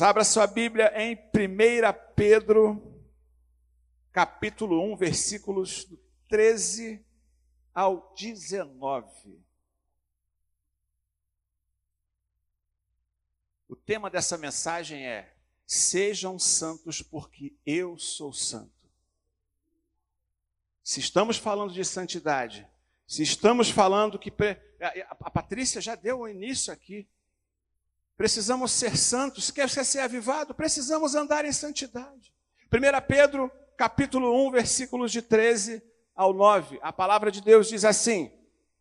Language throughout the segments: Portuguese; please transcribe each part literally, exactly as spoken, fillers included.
Abra sua Bíblia em primeira Pedro, capítulo um, versículos do treze ao dezenove. O tema dessa mensagem é: sejam santos porque eu sou santo. Se estamos falando de santidade, se estamos falando que... A Patrícia já deu o início aqui. Precisamos ser santos. Se quer ser avivado, precisamos andar em santidade. primeira Pedro, capítulo um, versículos de treze ao nove. A palavra de Deus diz assim: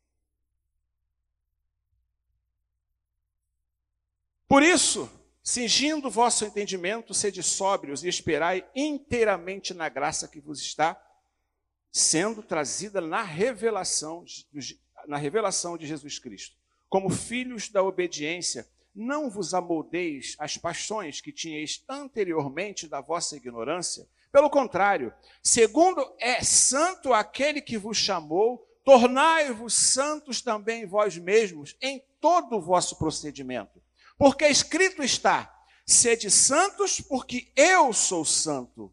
por isso, cingindo o vosso entendimento, sede sóbrios e esperai inteiramente na graça que vos está sendo trazida na revelação, na revelação de Jesus Cristo. Como filhos da obediência, não vos amoldeis às paixões que tinhais anteriormente da vossa ignorância. Pelo contrário, segundo é santo aquele que vos chamou, tornai-vos santos também vós mesmos em todo o vosso procedimento. Porque escrito está: sede santos, porque eu sou santo.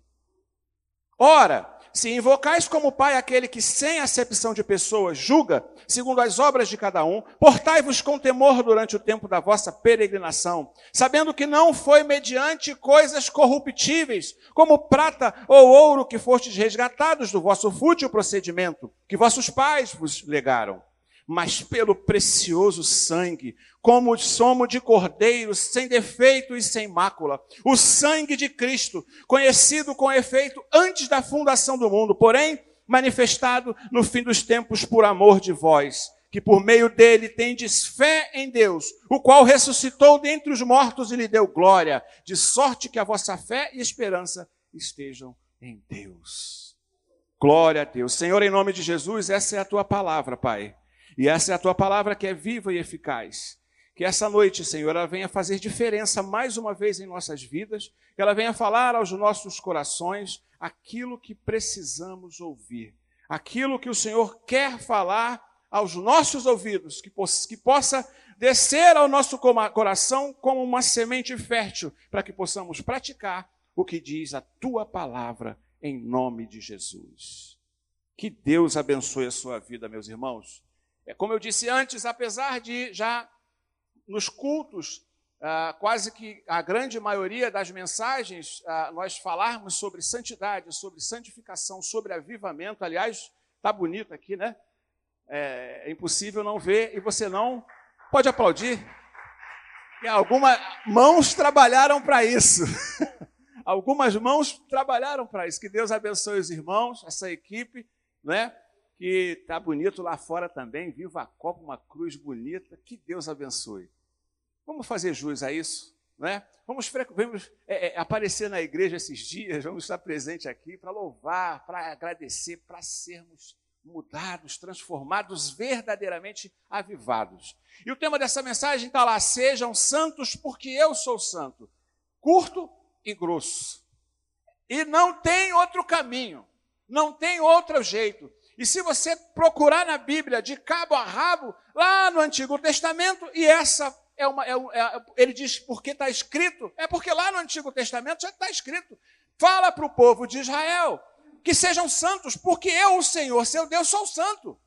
Ora, se invocais como Pai aquele que, sem acepção de pessoas, julga segundo as obras de cada um, portai-vos com temor durante o tempo da vossa peregrinação, sabendo que não foi mediante coisas corruptíveis, como prata ou ouro, que fostes resgatados do vosso fútil procedimento, que vossos pais vos legaram, mas pelo precioso sangue, como somos de cordeiros, sem defeito e sem mácula, o sangue de Cristo, conhecido com efeito antes da fundação do mundo, porém manifestado no fim dos tempos por amor de vós, que por meio dele tendes fé em Deus, o qual ressuscitou dentre os mortos e lhe deu glória, de sorte que a vossa fé e esperança estejam em Deus. Glória a Deus. Senhor, em nome de Jesus, essa é a tua palavra, Pai. E essa é a tua palavra que é viva e eficaz. Que essa noite, Senhor, ela venha fazer diferença mais uma vez em nossas vidas, que ela venha falar aos nossos corações aquilo que precisamos ouvir, aquilo que o Senhor quer falar aos nossos ouvidos, que, possa, que possa descer ao nosso coração como uma semente fértil, para que possamos praticar o que diz a tua palavra em nome de Jesus. Que Deus abençoe a sua vida, meus irmãos. É, como eu disse antes, apesar de já nos cultos, ah, quase que a grande maioria das mensagens, ah, nós falarmos sobre santidade, sobre santificação, sobre avivamento. Aliás, está bonito aqui, né? É, é impossível não ver, e você não pode aplaudir. E algumas mãos trabalharam para isso. Algumas mãos trabalharam para isso. Que Deus abençoe os irmãos, essa equipe, né? Que está bonito lá fora também, viva a copa, uma cruz bonita, que Deus abençoe. Vamos fazer jus a isso, né? Vamos, vamos é, é, aparecer na igreja esses dias, vamos estar presentes aqui para louvar, para agradecer, para sermos mudados, transformados, verdadeiramente avivados. E o tema dessa mensagem está lá: sejam santos porque eu sou santo. Curto e grosso. E não tem outro caminho, não tem outro jeito. E se você procurar na Bíblia, de cabo a rabo, lá no Antigo Testamento, e essa é uma... É, é, ele diz porque está escrito, é porque lá no Antigo Testamento já está escrito. Fala para o povo de Israel que sejam santos, porque eu, o Senhor, seu Deus, sou santo.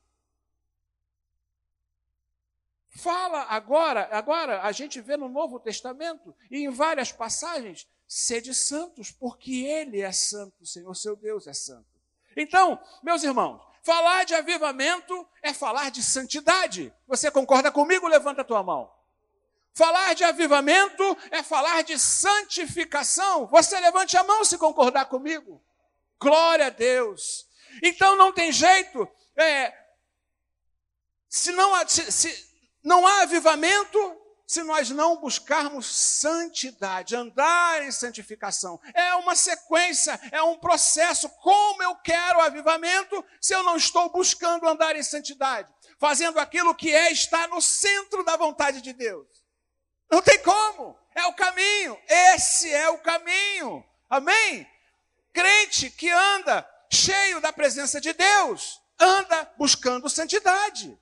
Fala agora, agora a gente vê no Novo Testamento, e em várias passagens, sede santos, porque Ele é santo, o Senhor, seu Deus, é santo. Então, meus irmãos, falar de avivamento é falar de santidade. Você concorda comigo? Levanta a tua mão. Falar de avivamento é falar de santificação. Você levante a mão se concordar comigo. Glória a Deus. Então não tem jeito. É, se, não há, se, se não há avivamento se nós não buscarmos santidade, andar em santificação. É uma sequência, é um processo. Como eu quero avivamento se eu não estou buscando andar em santidade? Fazendo aquilo que é estar no centro da vontade de Deus. Não tem como. É o caminho. Esse é o caminho. Amém? Crente que anda cheio da presença de Deus, anda buscando santidade.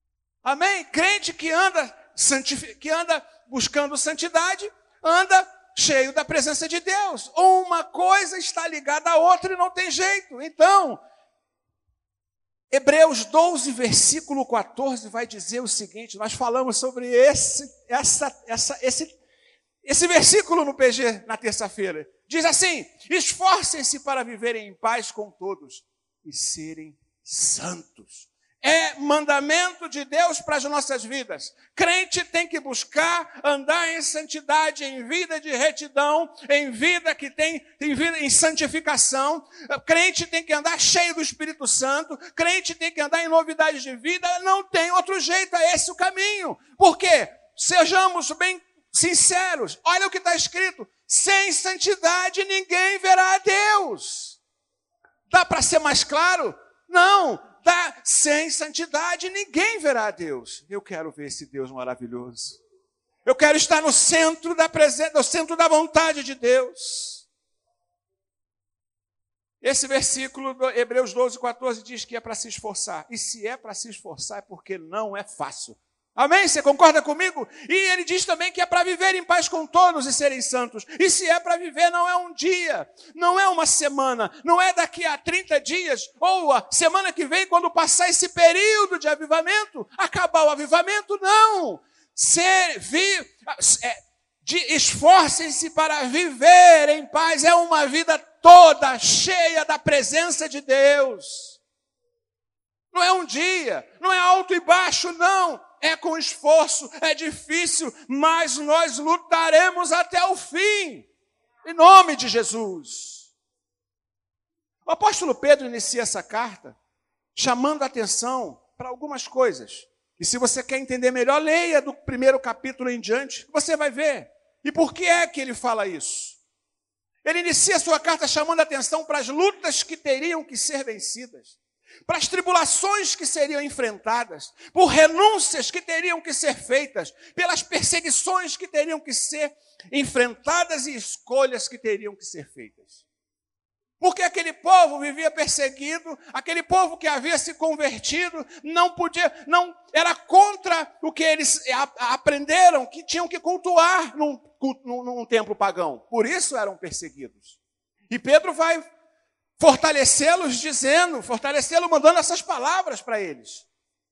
Amém? Crente que anda, santific... que anda buscando santidade, anda cheio da presença de Deus. Uma coisa está ligada à outra e não tem jeito. Então, Hebreus doze, versículo quatorze, vai dizer o seguinte, nós falamos sobre esse, essa, essa, esse, esse versículo no P G na terça-feira. Diz assim: esforcem-se para viverem em paz com todos e serem santos. É mandamento de Deus para as nossas vidas. Crente tem que buscar andar em santidade, em vida de retidão, em vida que tem, em vida em santificação. Crente tem que andar cheio do Espírito Santo. Crente tem que andar em novidades de vida. Não tem outro jeito, é esse o caminho. Por quê? Sejamos bem sinceros. Olha o que está escrito: sem santidade ninguém verá a Deus. Dá para ser mais claro? Não. Dá, sem santidade ninguém verá a Deus. Eu quero ver esse Deus maravilhoso. Eu quero estar no centro da presença, no centro da vontade de Deus. Esse versículo do Hebreus doze, quatorze diz que é para se esforçar. E se é para se esforçar é porque não é fácil. Amém? Você concorda comigo? E ele diz também que é para viver em paz com todos e serem santos. E se é para viver, não é um dia, não é uma semana, não é daqui a trinta dias, ou a semana que vem, quando passar esse período de avivamento, acabar o avivamento, não. Ser, vi, é, de, esforcem-se para viver em paz, é uma vida toda cheia da presença de Deus. Não é um dia, não é alto e baixo, não. É com esforço, é difícil, mas nós lutaremos até o fim, em nome de Jesus. O apóstolo Pedro inicia essa carta chamando a atenção para algumas coisas. E se você quer entender melhor, leia do primeiro capítulo em diante, você vai ver. E por que é que ele fala isso? Ele inicia a sua carta chamando a atenção para as lutas que teriam que ser vencidas, para as tribulações que seriam enfrentadas, por renúncias que teriam que ser feitas, pelas perseguições que teriam que ser enfrentadas e escolhas que teriam que ser feitas. Porque aquele povo vivia perseguido, aquele povo que havia se convertido, não podia, não era contra o que eles aprenderam, que tinham que cultuar num, num, num templo pagão. Por isso eram perseguidos. E Pedro vai fortalecê-los dizendo, fortalecê-los mandando essas palavras para eles.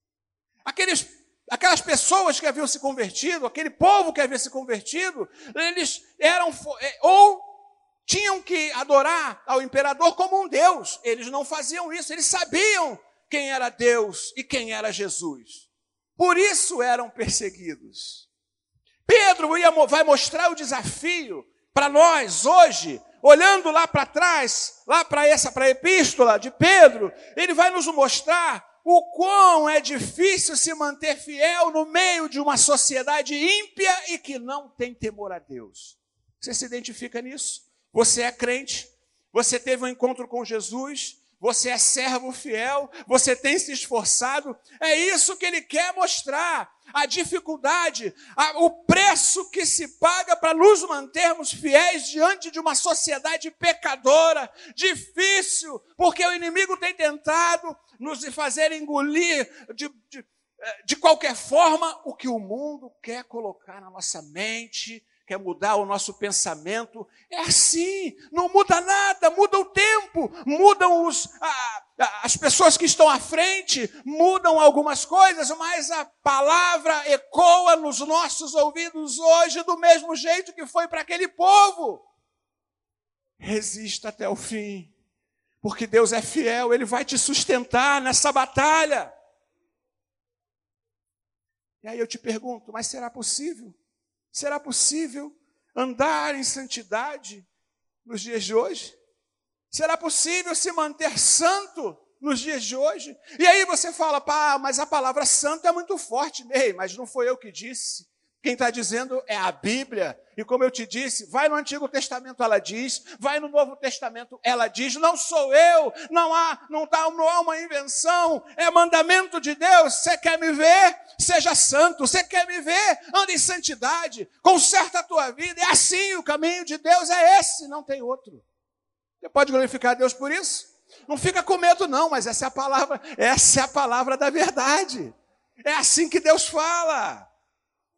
Aqueles, aquelas pessoas que haviam se convertido, aquele povo que havia se convertido, eles eram, ou tinham que adorar ao imperador como um Deus. Eles não faziam isso, eles sabiam quem era Deus e quem era Jesus. Por isso eram perseguidos. Pedro ia, vai mostrar o desafio para nós hoje. Olhando lá para trás, lá para essa, para a epístola de Pedro, ele vai nos mostrar o quão é difícil se manter fiel no meio de uma sociedade ímpia e que não tem temor a Deus. Você se identifica nisso? Você é crente, você teve um encontro com Jesus, você é servo fiel, você tem se esforçado. É isso que ele quer mostrar. A dificuldade, a, o preço que se paga para nos mantermos fiéis diante de uma sociedade pecadora, difícil, porque o inimigo tem tentado nos fazer engolir de, de, de qualquer forma o que o mundo quer colocar na nossa mente, quer mudar o nosso pensamento. É assim, não muda nada, muda o tempo, mudam os, a, a, as pessoas que estão à frente, mudam algumas coisas, mas a palavra ecoa nos nossos ouvidos hoje do mesmo jeito que foi para aquele povo. Resista até o fim, porque Deus é fiel, Ele vai te sustentar nessa batalha. E aí eu te pergunto, mas será possível? Será possível andar em santidade nos dias de hoje? Será possível se manter santo nos dias de hoje? E aí você fala, pá, mas a palavra santo é muito forte. Ei, mas não foi eu que disse. Quem está dizendo é a Bíblia. E como eu te disse, vai no Antigo Testamento, ela diz, vai no Novo Testamento, ela diz, não sou eu, não há, não tá, não há uma invenção, é mandamento de Deus. Você quer me ver? Seja santo. Você quer me ver? Anda em santidade, conserta a tua vida. É assim, o caminho de Deus é esse, não tem outro. Você pode glorificar a Deus por isso? Não fica com medo não, mas essa é a palavra, essa é a palavra da verdade. É assim que Deus fala.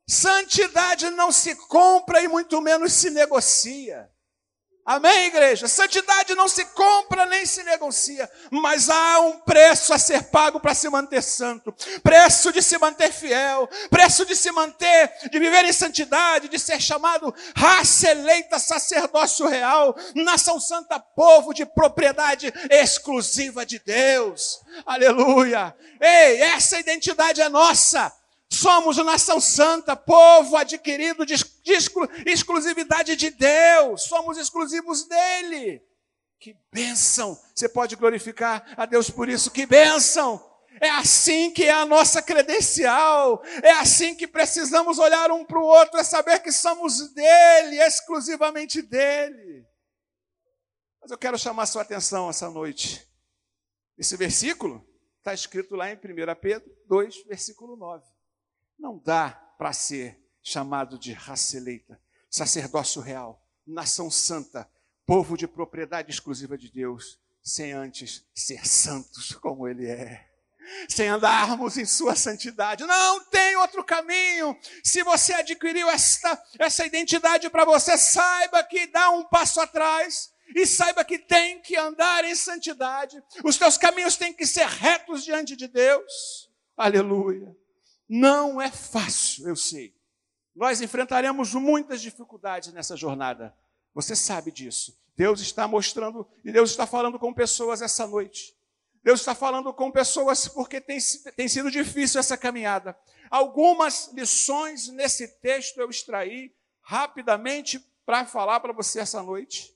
Santidade não se compra e muito menos se negocia. Amém, igreja? Santidade não se compra nem se negocia, mas há um preço a ser pago para se manter santo, preço de se manter fiel, preço de se manter, de viver em santidade, de ser chamado raça eleita, sacerdócio real, nação santa, povo de propriedade exclusiva de Deus. Aleluia! Ei, essa identidade é nossa. Somos nação santa, povo adquirido de, de exclu, exclusividade de Deus. Somos exclusivos dele. Que bênção! Você pode glorificar a Deus por isso. Que bênção! É assim que é a nossa credencial. É assim que precisamos olhar um para o outro. É saber que somos dele, exclusivamente dele. Mas eu quero chamar a sua atenção essa noite. Esse versículo está escrito lá em primeira Pedro dois, versículo nove. Não dá para ser chamado de raça eleita, sacerdócio real, nação santa, povo de propriedade exclusiva de Deus, sem antes ser santos como ele é. Sem andarmos em sua santidade. Não tem outro caminho. Se você adquiriu esta, essa identidade para você, saiba que dá um passo atrás e saiba que tem que andar em santidade. Os teus caminhos têm que ser retos diante de Deus. Aleluia. Não é fácil, eu sei. Nós enfrentaremos muitas dificuldades nessa jornada. Você sabe disso. Deus está mostrando e Deus está falando com pessoas essa noite. Deus está falando com pessoas porque tem, tem sido difícil essa caminhada. Algumas lições nesse texto eu extraí rapidamente para falar para você essa noite.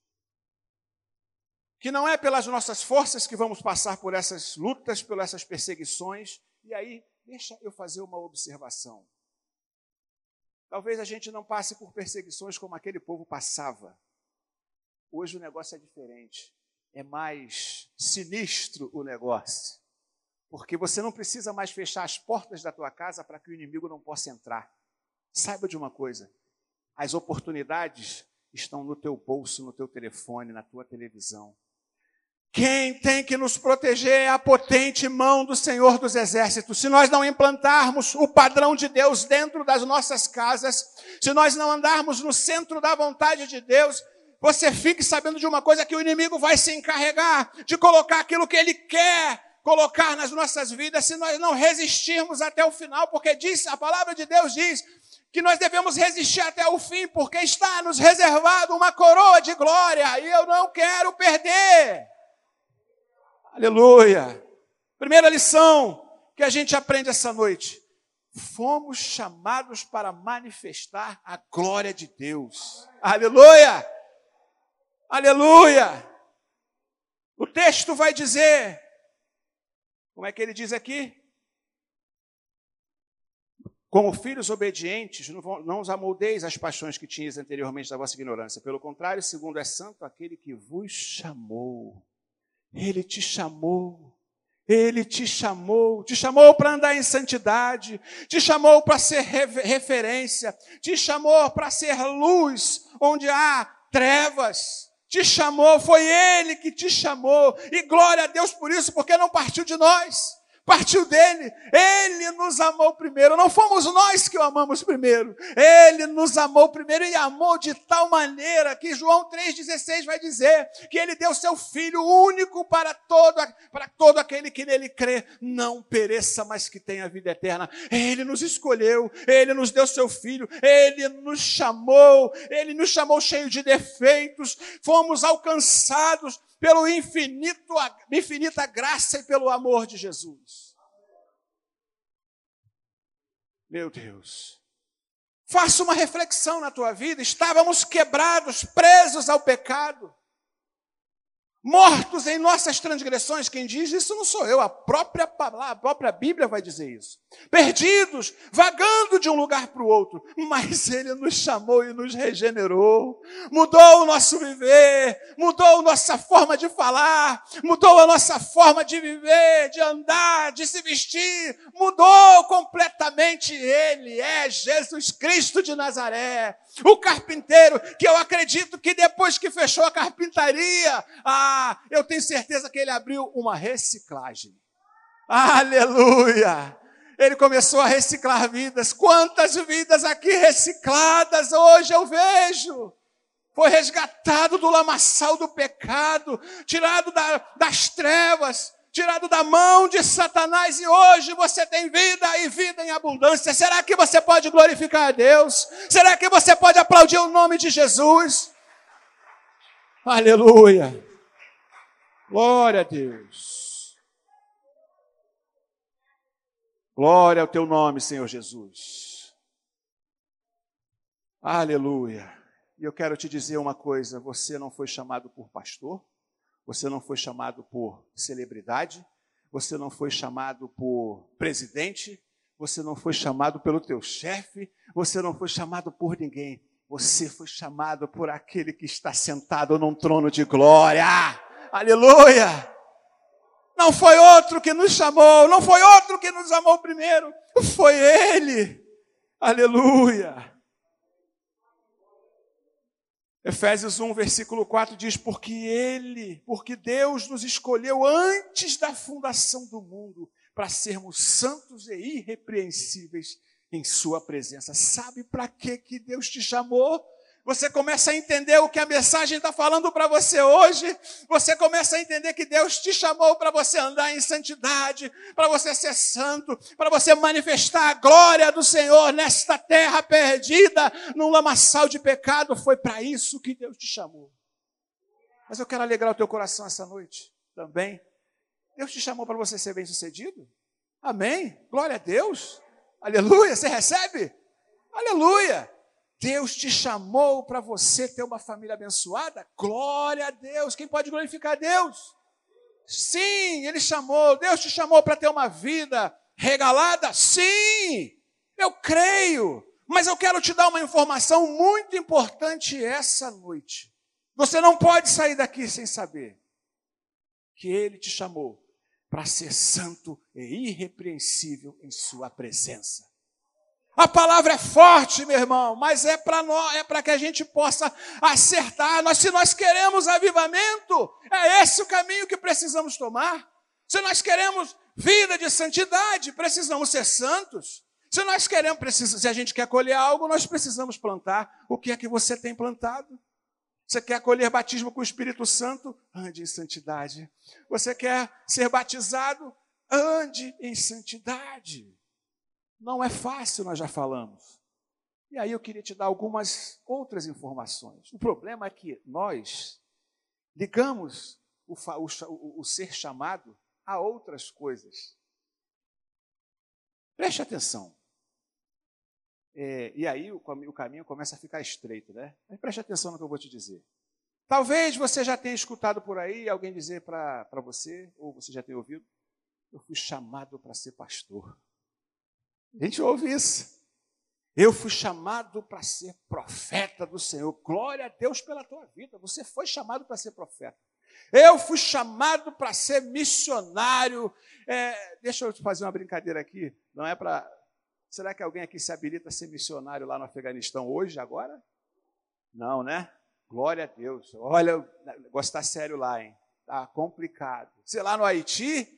Que não é pelas nossas forças que vamos passar por essas lutas, por essas perseguições. E aí, deixa eu fazer uma observação. Talvez a gente não passe por perseguições como aquele povo passava. Hoje o negócio é diferente. É mais sinistro o negócio. Porque você não precisa mais fechar as portas da tua casa para que o inimigo não possa entrar. Saiba de uma coisa. As oportunidades estão no teu bolso, no teu telefone, na tua televisão. Quem tem que nos proteger é a potente mão do Senhor dos Exércitos. Se nós não implantarmos o padrão de Deus dentro das nossas casas, se nós não andarmos no centro da vontade de Deus, você fique sabendo de uma coisa, que o inimigo vai se encarregar de colocar aquilo que ele quer colocar nas nossas vidas, se nós não resistirmos até o final, porque diz, a palavra de Deus diz que nós devemos resistir até o fim, porque está nos reservado uma coroa de glória, e eu não quero perder. Aleluia! Primeira lição que a gente aprende essa noite. Fomos chamados para manifestar a glória de Deus. Aleluia! Aleluia! O texto vai dizer, como é que ele diz aqui? Como filhos obedientes, não os amoldeis as paixões que tinhas anteriormente da vossa ignorância. Pelo contrário, segundo é santo aquele que vos chamou. Ele te chamou, Ele te chamou, te chamou para andar em santidade, te chamou para ser referência, te chamou para ser luz onde há trevas, te chamou, foi Ele que te chamou, e glória a Deus por isso, porque não partiu de nós. Partiu dele, ele nos amou primeiro, não fomos nós que o amamos primeiro, ele nos amou primeiro e amou de tal maneira que João três dezesseis vai dizer que ele deu seu Filho único para todo, para todo aquele que nele crê, não pereça, mas que tenha vida eterna. Ele nos escolheu, ele nos deu seu Filho, ele nos chamou, ele nos chamou cheio de defeitos, fomos alcançados pelo infinito, infinita graça e pelo amor de Jesus. Meu Deus, faça uma reflexão na tua vida. Estávamos quebrados, presos ao pecado, mortos em nossas transgressões. Quem diz isso não sou eu, a própria palavra, a própria Bíblia vai dizer isso. Perdidos, vagando de um lugar para o outro, mas Ele nos chamou e nos regenerou, mudou o nosso viver, mudou a nossa forma de falar, mudou a nossa forma de viver, de andar, de se vestir, mudou completamente. Ele é Jesus Cristo de Nazaré, o carpinteiro, que eu acredito que depois que fechou a carpintaria, ah, eu tenho certeza que ele abriu uma reciclagem. Aleluia! Ele começou a reciclar vidas. Quantas vidas aqui recicladas hoje eu vejo. Foi resgatado do lamaçal do pecado, tirado da, das trevas, tirado da mão de Satanás, e hoje você tem vida e vida em abundância. Será que você pode glorificar a Deus? Será que você pode aplaudir o nome de Jesus? Aleluia! Glória a Deus! Glória ao teu nome, Senhor Jesus. Aleluia! E eu quero te dizer uma coisa, você não foi chamado por pastor, você não foi chamado por celebridade, você não foi chamado por presidente, você não foi chamado pelo teu chefe, você não foi chamado por ninguém, você foi chamado por aquele que está sentado num trono de glória. Aleluia! Não foi outro que nos chamou, não foi outro que nos amou primeiro, foi Ele. Aleluia! Efésios um, versículo quatro diz, porque Ele, porque Deus nos escolheu antes da fundação do mundo para sermos santos e irrepreensíveis em sua presença. Sabe para que que Deus te chamou? Você começa a entender o que a mensagem está falando para você hoje. Você começa a entender que Deus te chamou para você andar em santidade, para você ser santo, para você manifestar a glória do Senhor nesta terra perdida, num lamaçal de pecado. Foi para isso que Deus te chamou. Mas eu quero alegrar o teu coração essa noite também. Deus te chamou para você ser bem-sucedido? Amém? Glória a Deus. Aleluia. Você recebe? Aleluia. Deus te chamou para você ter uma família abençoada? Glória a Deus! Quem pode glorificar a Deus? Sim, Ele chamou. Deus te chamou para ter uma vida regalada? Sim, eu creio. Mas eu quero te dar uma informação muito importante essa noite. Você não pode sair daqui sem saber que Ele te chamou para ser santo e irrepreensível em sua presença. A palavra é forte, meu irmão, mas é para nós, é para que a gente possa acertar. Nós, se nós queremos avivamento, é esse o caminho que precisamos tomar. Se nós queremos vida de santidade, precisamos ser santos. Se nós queremos, precisa, se a gente quer colher algo, nós precisamos plantar. O que é que você tem plantado? Você quer colher batismo com o Espírito Santo? Ande em santidade. Você quer ser batizado? Ande em santidade. Não é fácil, nós já falamos. E aí eu queria te dar algumas outras informações. O problema é que nós ligamos o, o, o ser chamado a outras coisas. Preste atenção. É, e aí o, o caminho começa a ficar estreito, né? Mas preste atenção no que eu vou te dizer. Talvez você já tenha escutado por aí alguém dizer para você, ou você já tenha ouvido, eu fui chamado para ser pastor. A gente ouve isso. Eu fui chamado para ser profeta do Senhor. Glória a Deus pela tua vida. Você foi chamado para ser profeta. Eu fui chamado para ser missionário. É, deixa eu te fazer uma brincadeira aqui. Não é para... Será que alguém aqui se habilita a ser missionário lá no Afeganistão hoje, agora? Não, né? Glória a Deus. Olha, o negócio está sério lá, hein? Está complicado. Sei lá, no Haiti...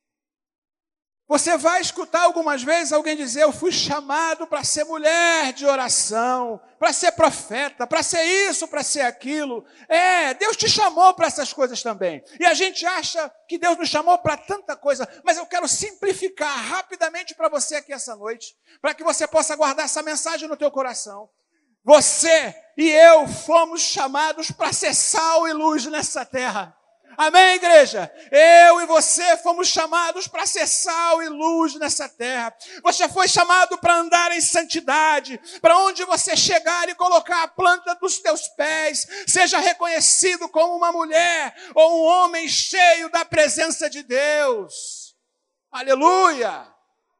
Você vai escutar algumas vezes alguém dizer, eu fui chamado para ser mulher de oração, para ser profeta, para ser isso, para ser aquilo. É, Deus te chamou para essas coisas também. E a gente acha que Deus nos chamou para tanta coisa, mas eu quero simplificar rapidamente para você aqui essa noite, para que você possa guardar essa mensagem no teu coração. Você e eu fomos chamados para ser sal e luz nessa terra. Amém, igreja? Eu e você fomos chamados para ser sal e luz nessa terra. Você foi chamado para andar em santidade, para onde você chegar e colocar a planta dos teus pés, seja reconhecido como uma mulher ou um homem cheio da presença de Deus. Aleluia!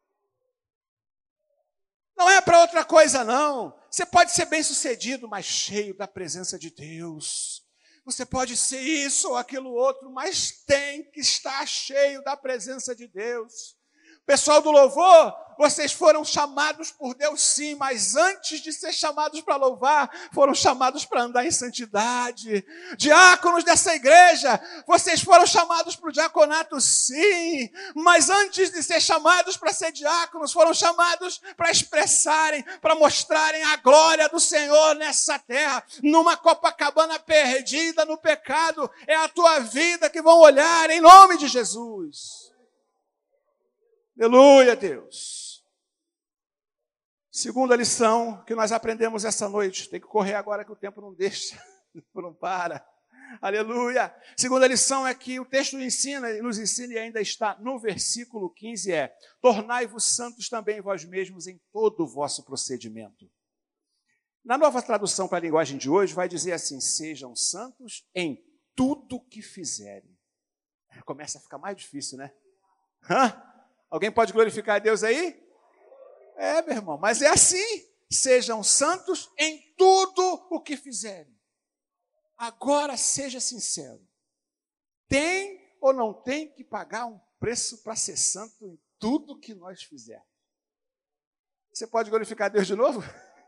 Não é para outra coisa, não. Você pode ser bem-sucedido, mas cheio da presença de Deus. Você pode ser isso ou aquilo outro, mas tem que estar cheio da presença de Deus. Pessoal do louvor, vocês foram chamados por Deus sim, mas antes de ser chamados para louvar, foram chamados para andar em santidade. Diáconos dessa igreja, vocês foram chamados para o diaconato sim, mas antes de ser chamados para ser diáconos, foram chamados para expressarem, para mostrarem a glória do Senhor nessa terra, numa Copacabana perdida no pecado. É a tua vida que vão olhar em nome de Jesus. Aleluia, Deus. Segunda lição que nós aprendemos essa noite. Tem que correr agora que o tempo não deixa, não para. Aleluia. Segunda lição é que o texto ensina, nos ensina e ainda está no versículo quinze, é: tornai-vos santos também vós mesmos em todo o vosso procedimento. Na nova tradução para a linguagem de hoje, vai dizer assim: sejam santos em tudo que fizerem. Começa a ficar mais difícil, né? Hã? Alguém pode glorificar a Deus aí? É, meu irmão, mas é assim. Sejam santos em tudo o que fizerem. Agora seja sincero. Tem ou não tem que pagar um preço para ser santo em tudo que nós fizermos? Você pode glorificar a Deus de novo?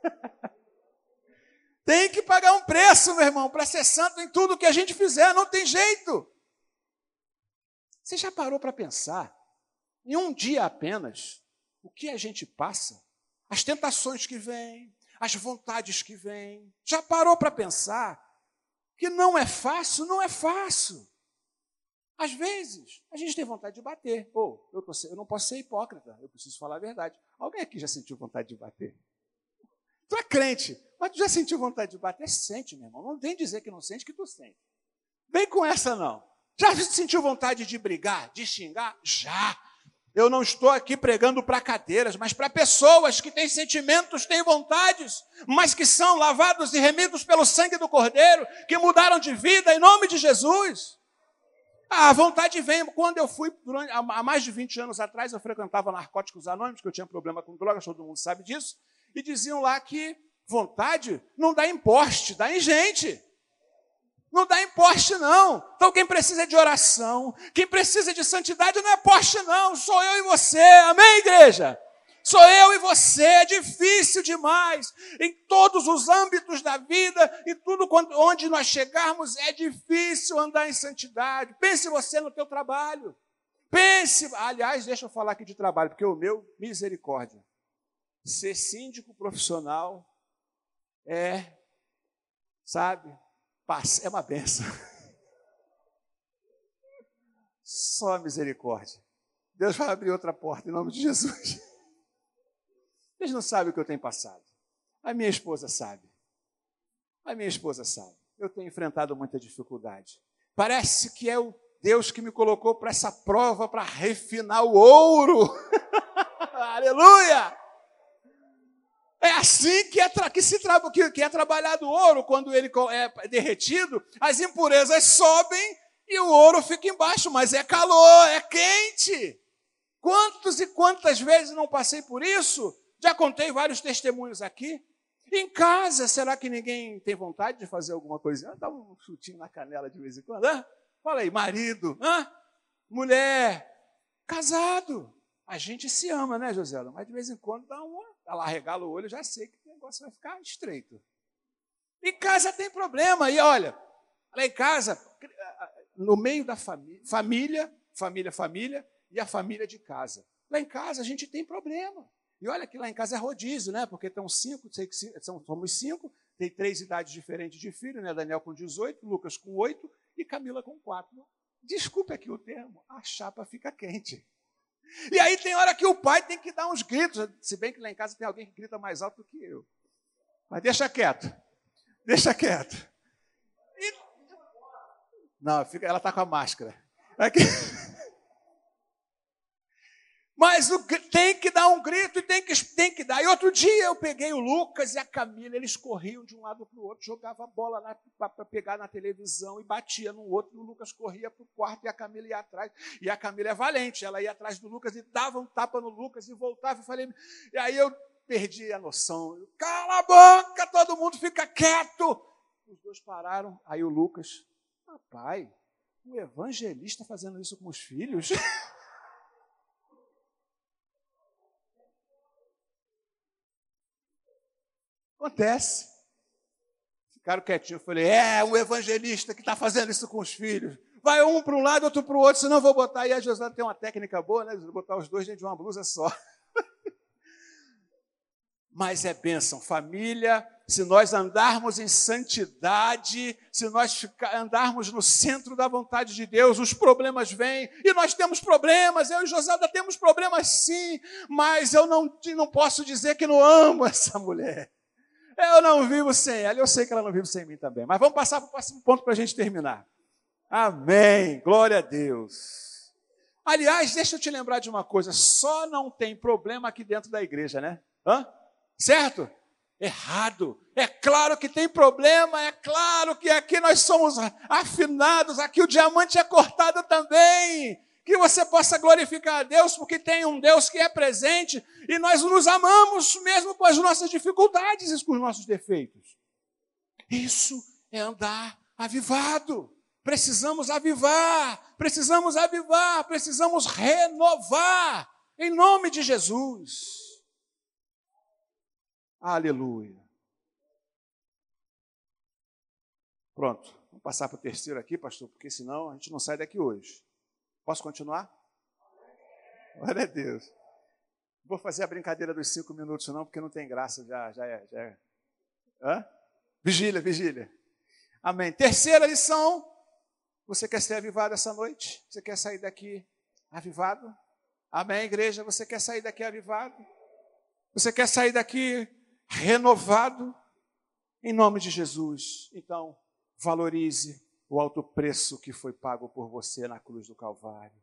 Tem que pagar um preço, meu irmão, para ser santo em tudo que a gente fizer. Não tem jeito. Você já parou para pensar? Em um dia apenas, o que a gente passa, as tentações que vêm, as vontades que vêm. Já parou para pensar que não é fácil? Não é fácil. Às vezes, a gente tem vontade de bater. Ou, oh, eu, eu não posso ser hipócrita, eu preciso falar a verdade. Alguém aqui já sentiu vontade de bater? Tu é crente, mas tu já sentiu vontade de bater? Sente, meu irmão. Não vem dizer que não sente, que tu sente. Vem com essa, não. Já sentiu vontade de brigar, de xingar? Já. Eu não estou aqui pregando para cadeiras, mas para pessoas que têm sentimentos, têm vontades, mas que são lavados e remidos pelo sangue do Cordeiro, que mudaram de vida em nome de Jesus. A vontade vem. Quando eu fui, durante, há mais de vinte anos atrás, eu frequentava Narcóticos Anônimos, que eu tinha problema com drogas, todo mundo sabe disso, e diziam lá que vontade não dá em poste, dá em gente. Não dá em poste, não. Então quem precisa de oração, quem precisa de santidade não é poste, não. Sou eu e você. Amém, igreja? Sou eu e você. É difícil demais. Em todos os âmbitos da vida, em tudo onde nós chegarmos, é difícil andar em santidade. Pense você no teu trabalho. Pense, aliás, deixa eu falar aqui de trabalho, porque o meu, misericórdia. Ser síndico profissional é, sabe... é uma benção. Só misericórdia. Deus vai abrir outra porta em nome de Jesus. Vocês não sabem o que eu tenho passado. A minha esposa sabe. A minha esposa sabe. Eu tenho enfrentado muita dificuldade. Parece que é o Deus que me colocou para essa prova, para refinar o ouro. Aleluia! É assim que é, tra- que, se tra- que, que é trabalhado o ouro. Quando ele é derretido, as impurezas sobem e o ouro fica embaixo, mas é calor, é quente. Quantos e quantas vezes não passei por isso? Já contei vários testemunhos aqui. Em casa, será que ninguém tem vontade de fazer alguma coisa? Dá um chutinho na canela de vez em quando. Hã? Fala aí, marido, hã? Mulher, casado. A gente se ama, né, José? Mas de vez em quando dá uma... Ela regala o olho, eu já sei que o negócio vai ficar estreito. Em casa tem problema. E olha, lá em casa, no meio da família, família, família, família e a família de casa. Lá em casa a gente tem problema. E olha que lá em casa é rodízio, né? Porque estão cinco, sei que são, somos cinco, tem três idades diferentes de filho, né? Daniel com dezoito, Lucas com oito e Camila com quatro. Desculpe aqui o termo, a chapa fica quente. E aí tem hora que o pai tem que dar uns gritos, se bem que lá em casa tem alguém que grita mais alto do que eu. Mas deixa quieto, deixa quieto. E... Não, fica, ela está com a máscara. Aqui... Mas o, tem que dar um grito e tem que, tem que dar. E outro dia eu peguei o Lucas e a Camila, eles corriam de um lado para o outro, jogavam a bola para pegar na televisão e batia no outro. E o Lucas corria para o quarto e a Camila ia atrás. E a Camila é valente, ela ia atrás do Lucas e dava um tapa no Lucas e voltava. E, falei, e aí eu perdi a noção. Cala a boca, todo mundo fica quieto. Os dois pararam. Aí o Lucas, papai, o evangelista fazendo isso com os filhos... Acontece. Ficaram quietinhos. Eu falei, é, o evangelista que está fazendo isso com os filhos. Vai um para um lado, outro para o outro, senão eu vou botar. E a José tem uma técnica boa, né? Vou botar os dois dentro de uma blusa só. Mas é bênção, família, se nós andarmos em santidade, se nós ficar, andarmos no centro da vontade de Deus, os problemas vêm, e nós temos problemas, eu e Joselda temos problemas sim, mas eu não, não posso dizer que não amo essa mulher. Eu não vivo sem ela, eu sei que ela não vive sem mim também, mas vamos passar para o próximo ponto para a gente terminar. Amém, glória a Deus. Aliás, deixa eu te lembrar de uma coisa, só não tem problema aqui dentro da igreja, né? Hã? Certo? Errado. É claro que tem problema, é claro que aqui nós somos afinados, aqui o diamante é cortado também. Que você possa glorificar a Deus, porque tem um Deus que é presente e nós nos amamos mesmo com as nossas dificuldades e com os nossos defeitos. Isso é andar avivado. Precisamos avivar, precisamos avivar, precisamos renovar, em nome de Jesus. Aleluia. Pronto, vamos passar para o terceiro aqui, pastor, porque senão a gente não sai daqui hoje. Posso continuar? Glória a Deus. Não vou fazer a brincadeira dos cinco minutos não, porque não tem graça, já, já é. Já é. Hã? Vigília, vigília. Amém. Terceira lição. Você quer ser avivado essa noite? Você quer sair daqui avivado? Amém, igreja? Você quer sair daqui avivado? Você quer sair daqui renovado? Em nome de Jesus. Então, valorize o alto preço que foi pago por você na cruz do Calvário.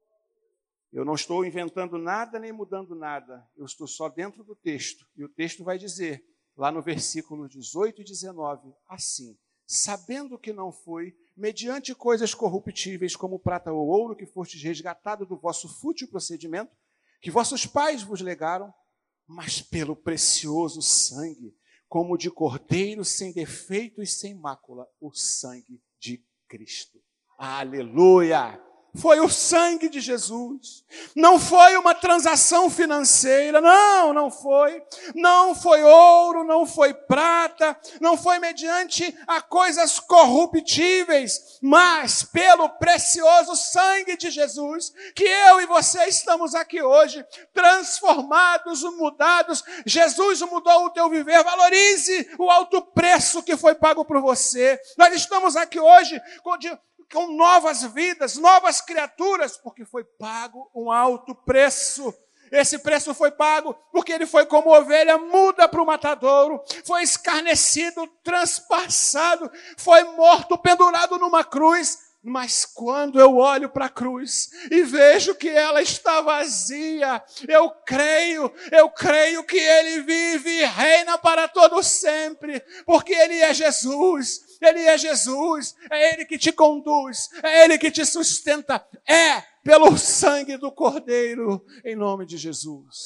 Eu não estou inventando nada nem mudando nada. Eu estou só dentro do texto. E o texto vai dizer, lá no versículo dezoito e dezenove, assim: sabendo que não foi mediante coisas corruptíveis como prata ou ouro que fostes resgatado do vosso fútil procedimento, que vossos pais vos legaram, mas pelo precioso sangue, como de cordeiro sem defeito e sem mácula, o sangue de Cristo. Aleluia! Foi o sangue de Jesus. Não foi uma transação financeira, não, não foi. Não foi ouro, não foi prata, não foi mediante a coisas corruptíveis, mas pelo precioso sangue de Jesus, que eu e você estamos aqui hoje, transformados, mudados. Jesus mudou o teu viver. Valorize o alto preço que foi pago por você. Nós estamos aqui hoje com com novas vidas, novas criaturas, porque foi pago um alto preço. Esse preço foi pago porque ele foi como ovelha muda para o matadouro, foi escarnecido, transpassado, foi morto, pendurado numa cruz. Mas quando eu olho para a cruz e vejo que ela está vazia, eu creio, eu creio que ele vive e reina para todo sempre, porque ele é Jesus. Ele é Jesus, é Ele que te conduz, é Ele que te sustenta, é pelo sangue do Cordeiro, em nome de Jesus.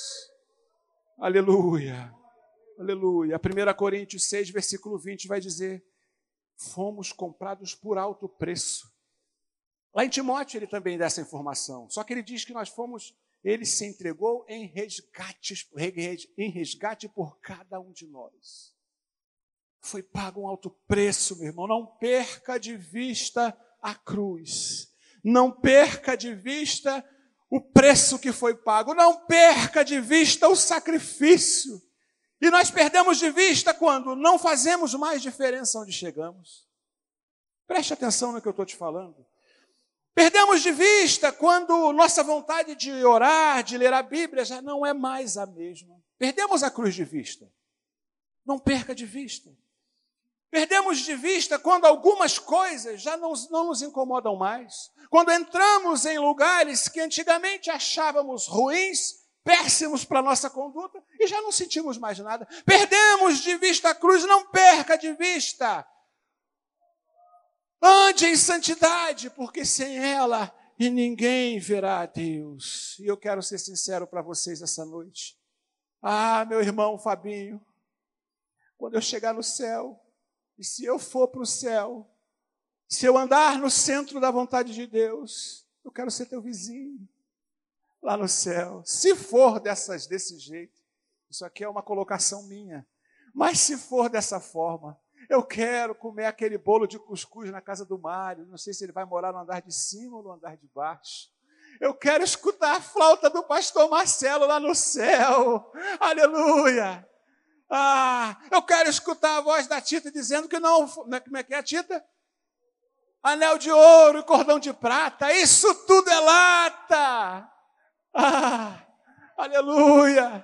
Aleluia, aleluia. primeira Coríntios seis, versículo vinte vai dizer, fomos comprados por alto preço. Lá em Timóteo ele também dá essa informação, só que ele diz que nós fomos, ele se entregou em resgate, em resgate por cada um de nós. Foi pago um alto preço, meu irmão. Não perca de vista a cruz. Não perca de vista o preço que foi pago. Não perca de vista o sacrifício. E nós perdemos de vista quando não fazemos mais diferença onde chegamos. Preste atenção no que eu estou te falando. Perdemos de vista quando nossa vontade de orar, de ler a Bíblia, já não é mais a mesma. Perdemos a cruz de vista. Não perca de vista. Perdemos de vista quando algumas coisas já não, não nos incomodam mais. Quando entramos em lugares que antigamente achávamos ruins, péssimos para a nossa conduta, e já não sentimos mais nada. Perdemos de vista a cruz, não perca de vista. Ande em santidade, porque sem ela e ninguém verá a Deus. E eu quero ser sincero para vocês essa noite. Ah, meu irmão Fabinho, quando eu chegar no céu, e se eu for para o céu, se eu andar no centro da vontade de Deus, eu quero ser teu vizinho lá no céu. Se for dessas, desse jeito, isso aqui é uma colocação minha. Mas se for dessa forma, eu quero comer aquele bolo de cuscuz na casa do Mário. Não sei se ele vai morar no andar de cima ou no andar de baixo. Eu quero escutar a flauta do pastor Marcelo lá no céu. Aleluia! Ah, eu quero escutar a voz da Tita dizendo que não... Como é que é a Tita? Anel de ouro e cordão de prata. Isso tudo é lata. Ah, aleluia!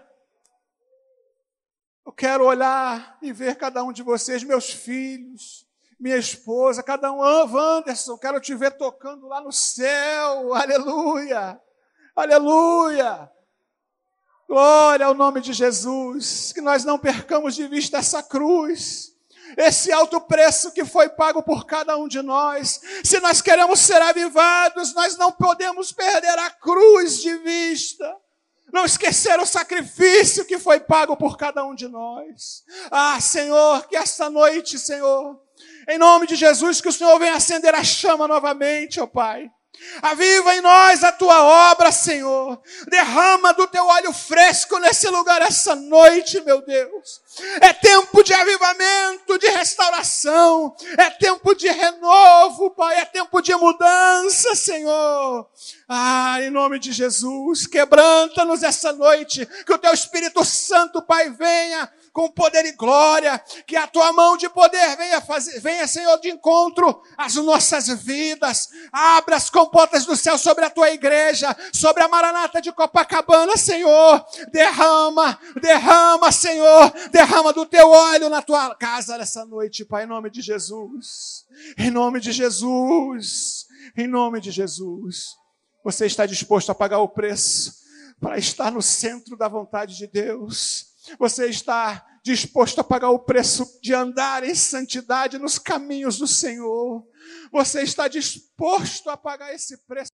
Eu quero olhar e ver cada um de vocês, meus filhos, minha esposa, cada um, ah, Wanderson, quero te ver tocando lá no céu, aleluia, aleluia, glória ao nome de Jesus, que nós não percamos de vista essa cruz, esse alto preço que foi pago por cada um de nós. Se nós queremos ser avivados, nós não podemos perder a cruz de vista. Não esquecer o sacrifício que foi pago por cada um de nós. Ah, Senhor, que esta noite, Senhor, em nome de Jesus, que o Senhor venha acender a chama novamente, ó Pai. Aviva em nós a tua obra, Senhor. Derrama do teu óleo fresco nesse lugar essa noite, meu Deus. É tempo de avivamento, de restauração. É tempo de renovo, Pai. É tempo de mudança, Senhor. Ah, em nome de Jesus, quebranta-nos essa noite. Que o teu Espírito Santo, Pai, venha com poder e glória, que a tua mão de poder venha, fazer, venha, Senhor, de encontro às nossas vidas. Abra as comportas do céu sobre a tua igreja, sobre a Maranata de Copacabana, Senhor. Derrama, derrama, Senhor, derrama do teu óleo na tua casa nessa noite, Pai, em nome de Jesus. Em nome de Jesus. Em nome de Jesus. Você está disposto a pagar o preço para estar no centro da vontade de Deus? Você está disposto a pagar o preço de andar em santidade nos caminhos do Senhor? Você está disposto a pagar esse preço?